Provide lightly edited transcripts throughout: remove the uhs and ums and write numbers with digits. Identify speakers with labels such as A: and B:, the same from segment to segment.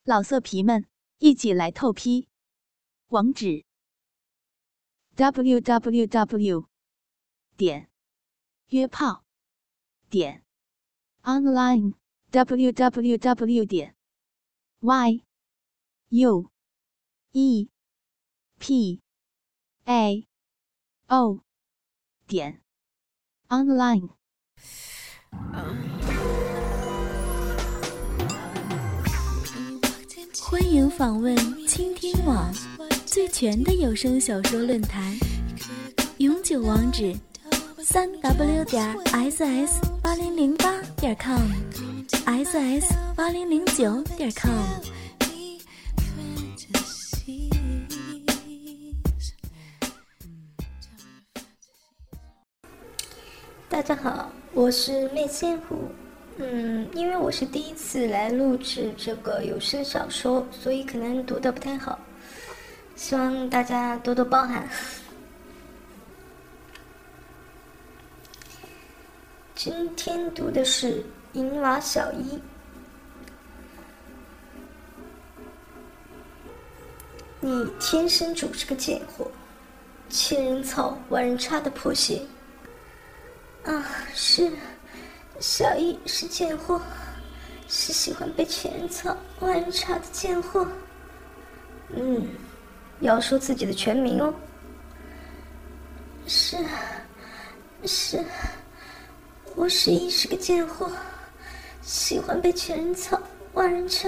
A: 老色皮们，一起来透批！网址 www.约炮online www.yuepao.online。
B: 欢迎访问倾听网最全的有声小说论坛，永久网址3w.ss8008.com ss8009.com。
C: 大家好，我是妹仙湖。因为我是第一次来录制这个有声小说，所以可能读得不太好，希望大家多多包涵。今天读的是银娃小一。你天生就是个贱货，千人草万人插的破鞋。是，小一是贱货，是喜欢被千人草万人插的贱货。要说自己的全名哦。是，我11是个贱货，喜欢被千人草万人插。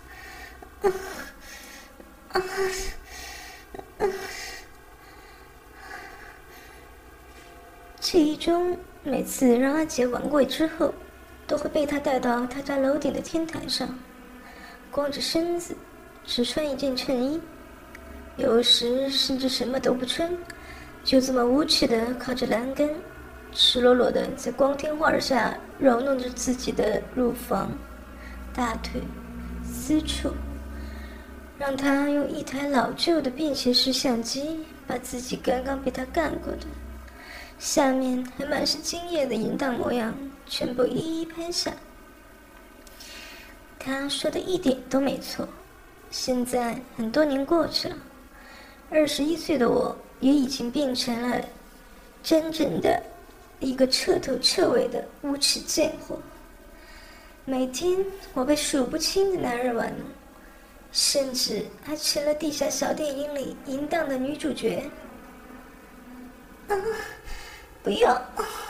C: 记忆中，每次让阿杰玩过之后，都会被他带到他家楼顶的天台上，光着身子，只穿一件衬衣，有时甚至什么都不穿，就这么无趣地靠着栏杆，赤裸裸地在光天化日下揉弄着自己的乳房、大腿、私处，让他用一台老旧的便携式相机把自己刚刚被他干过的下面还满是精液的淫荡模样全部一一拍下。他说的一点都没错，现在很多年过去了，21岁的我也已经变成了真正的一个彻头彻尾的无耻贱货。每天我被数不清的男人玩弄，甚至还成了地下小电影里淫荡的女主角。不要！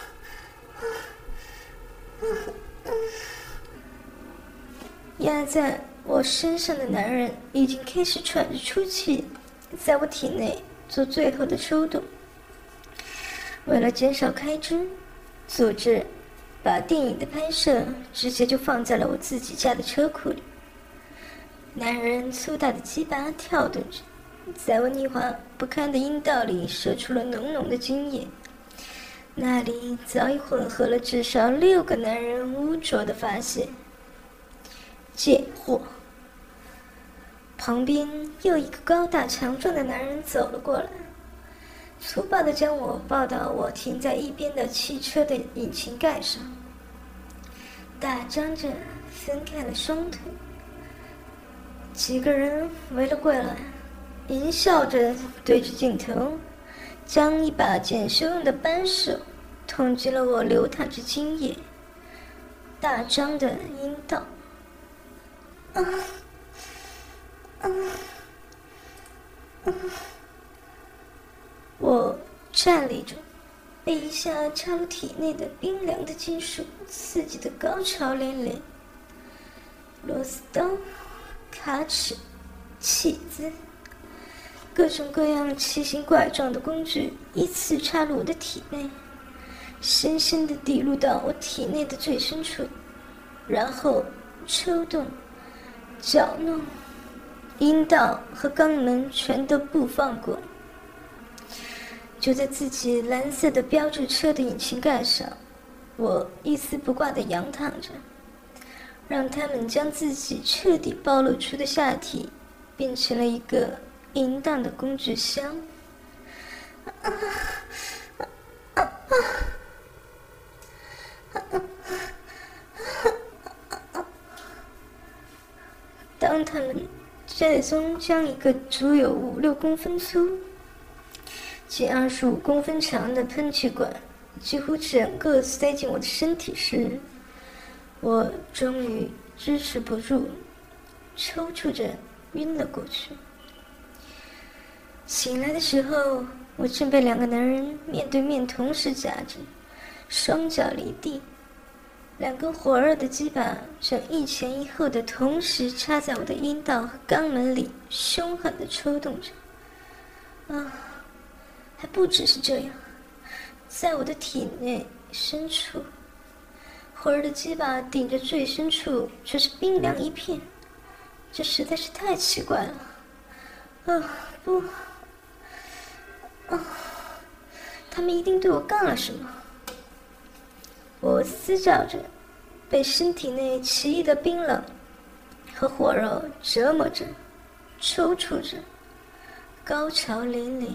C: 压在我身上的男人已经开始喘着粗气，在我体内做最后的抽动。为了减少开支，组织把电影的拍摄直接就放在了我自己家的车库里。男人粗大的鸡巴跳动着，在我腻滑不堪的阴道里射出了浓浓的精液。那里早已混合了至少6个男人污浊的发泄。贱货！旁边又一个高大强壮的男人走了过来，粗暴地将我抱到我停在一边的汽车的引擎盖上，大张着分开了双腿。几个人围了过来，淫笑着对着镜头，将一把检修用的扳手捅进了我流淌着精液、大张的阴道。我站立着，被一下插入体内的冰凉的金属刺激的高潮连连，螺丝刀、卡尺、起子，各种各样奇形怪状的工具依次插入我的体内，深深地滴入到我体内的最深处，然后抽动、搅弄，阴道和肛门全都不放过。就在自己蓝色的标志车的引擎盖上，我一丝不挂地仰躺着，让他们将自己彻底暴露出的下体变成了一个淫荡的工具箱。 当他们最终将一个足有5-6公分粗、近25公分长的喷气管几乎整个塞进我的身体时，我终于支持不住，抽搐着晕了过去。醒来的时候，我正被2个男人面对面同时夹着，双脚离地，2根火热的鸡巴正一前一后的同时插在我的阴道和肛门里，凶狠地抽动着。还不只是这样，在我的体内深处，火热的鸡巴顶着最深处却是冰凉一片，这实在是太奇怪了。不，他们一定对我干了什么。我嘶叫着，被身体内奇异的冰冷和火热折磨着，抽搐着，高潮淋漓。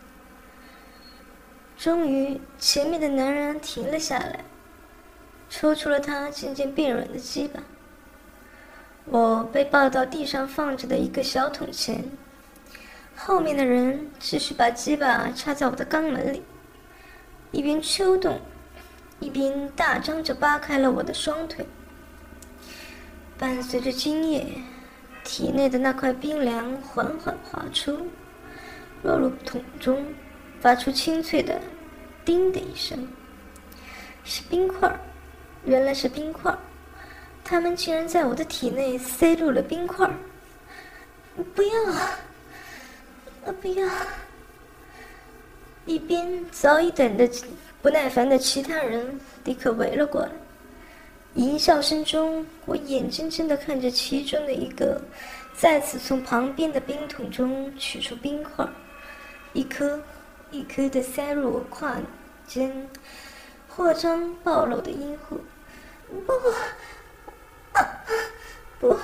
C: 终于，前面的男人停了下来，抽出了他渐渐变软的鸡巴。我被抱到地上放着的一个小桶前，后面的人继续把鸡巴插在我的肛门里，一边抽动，一边大张着扒开了我的双腿。伴随着精液，体内的那块冰凉缓缓滑出，落入桶中，发出清脆的“叮”的一声。是冰块，原来是冰块，他们竟然在我的体内塞入了冰块。不要啊！不要！一边早已等得不耐烦的其他人立刻围了过来，淫笑声中，我眼睁睁地看着其中的一个再次从旁边的冰桶中取出冰块，一颗一颗地塞入我胯间扩张暴露的阴户。不，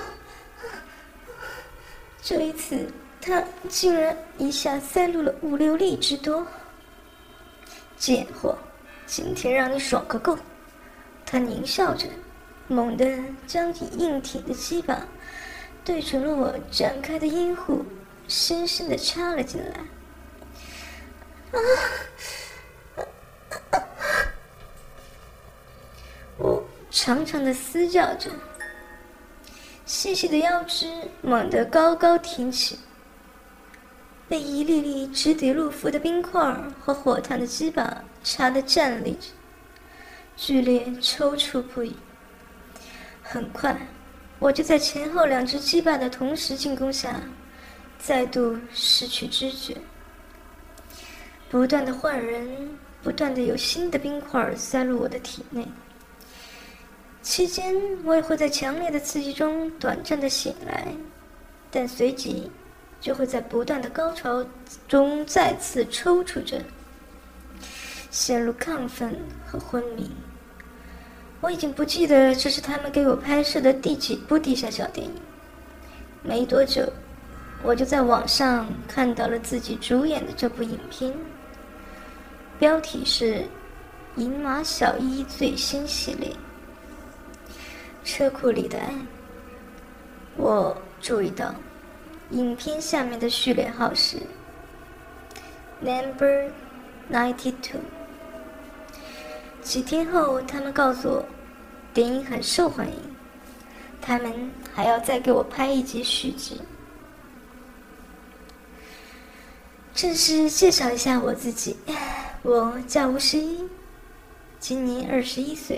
C: 这一次他竟然一下塞入了5-6粒之多。贱货，今天让你爽个够！他狞笑着，猛地将硬挺的鸡巴对准了我展开的阴户，深深地插了进来。我长长的嘶叫着，细细的腰肢猛地高高挺起，被一粒粒直抵入腹的冰块和火烫的鸡巴插得站立着，剧烈抽搐不已。很快，我就在前后2只鸡巴的同时进攻下，再度失去知觉。不断的换人，不断的有新的冰块塞入我的体内。期间，我也会在强烈的刺激中短暂的醒来，但随即就会在不断的高潮中再次抽搐着，陷入亢奋和昏迷。我已经不记得这是他们给我拍摄的第几部地下小电影。没多久，我就在网上看到了自己主演的这部影片，标题是《银马小一最新系列》。车库里的爱。我注意到影片下面的序列号是 Number 92。几天后，他们告诉我电影很受欢迎，他们还要再给我拍一集续集。正式介绍一下我自己，我叫吴十一，今年21岁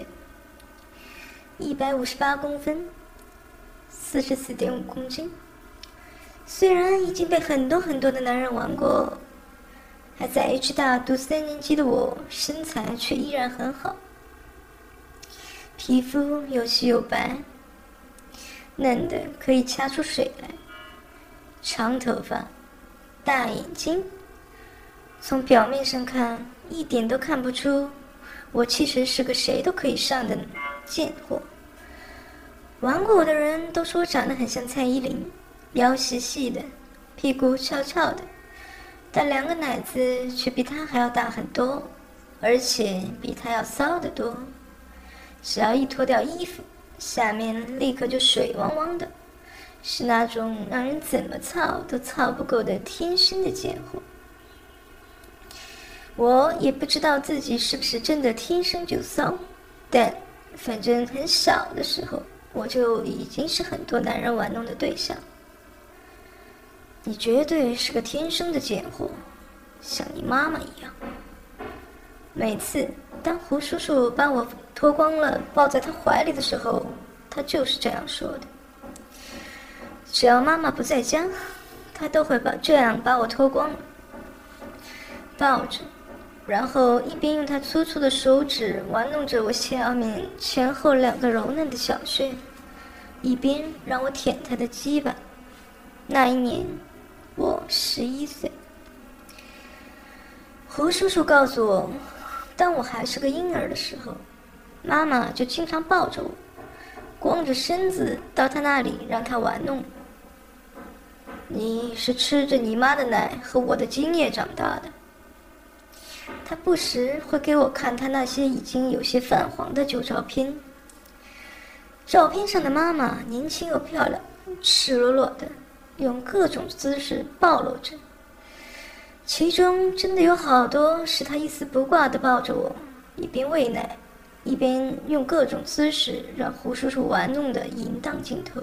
C: ，158公分，44.5公斤。虽然已经被很多的男人玩过，还在 H 大读3年级的我，身材却依然很好，皮肤又细又白，嫩的可以掐出水来，长头发，大眼睛，从表面上看一点都看不出我其实是个谁都可以上的贱货。玩过我的人都说我长得很像蔡依林，腰细细的，屁股翘翘的，但2个奶子却比她还要大很多，而且比她要骚得多。只要一脱掉衣服，下面立刻就水汪汪的， 是那种让人怎么操都操不够的天生的贱货。我也不知道自己是不是真的天生就骚，但反正很小的时候，我就已经是很多男人玩弄的对象。你绝对是个天生的贱货，像你妈妈一样。每次当胡叔叔把我脱光了抱在他怀里的时候，他就是这样说的。只要妈妈不在家，他都会这样把我脱光了，抱着，然后一边用他粗粗的手指玩弄着我下面前后2个柔嫩的小穴，一边让我舔他的鸡巴。那一年我11岁。胡叔叔告诉我，当我还是个婴儿的时候，妈妈就经常抱着我，光着身子到他那里让他玩弄。你是吃着你妈的奶和我的精液长大的。他不时会给我看他那些已经有些泛黄的旧照片。照片上的妈妈年轻又漂亮，赤裸裸的，用各种姿势暴露着。其中真的有好多是他一丝不挂地抱着我，一边喂奶，一边用各种姿势让胡叔叔玩弄的淫荡镜头。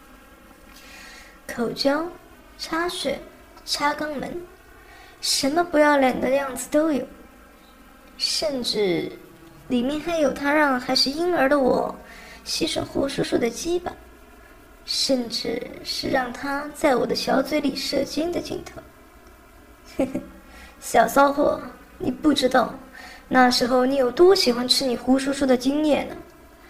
C: 口交、插穴、插肛门，什么不要脸的样子都有，甚至里面还有他让还是婴儿的我吸吮胡叔叔的鸡巴，甚至是让他在我的小嘴里射精的镜头。嘿嘿，小骚货，你不知道那时候你有多喜欢吃你胡叔叔的精液呢。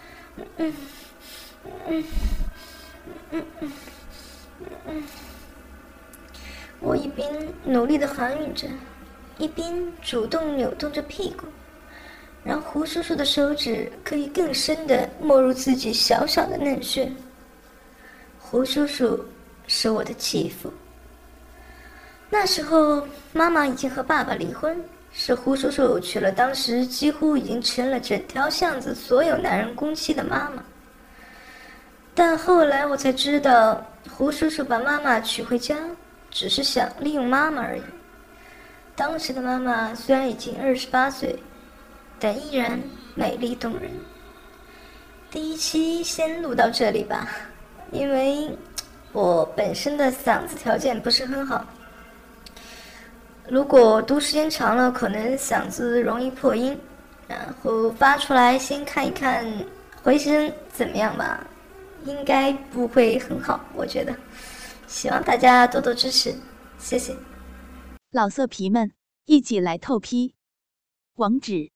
C: 我一边努力地含吮着，一边主动扭动着屁股，让胡叔叔的手指可以更深地没入自己小小的嫩穴。胡叔叔是我的继父。那时候妈妈已经和爸爸离婚，是胡叔叔娶了当时几乎已经成了整条巷子所有男人公妻的妈妈。但后来我才知道，胡叔叔把妈妈娶回家只是想利用妈妈而已。当时的妈妈虽然已经28岁，但依然美丽动人。第一期先录到这里吧，因为我本身的嗓子条件不是很好，如果读时间长了，可能嗓子容易破音，然后发出来先看一看回声怎么样吧，应该不会很好，我觉得。希望大家多多支持，谢谢。
A: 老色皮们，一起来透批！网址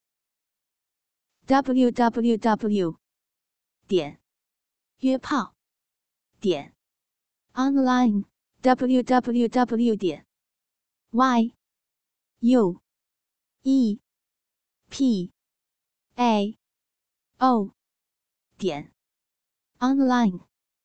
A: www.约炮.online www.yuepao.online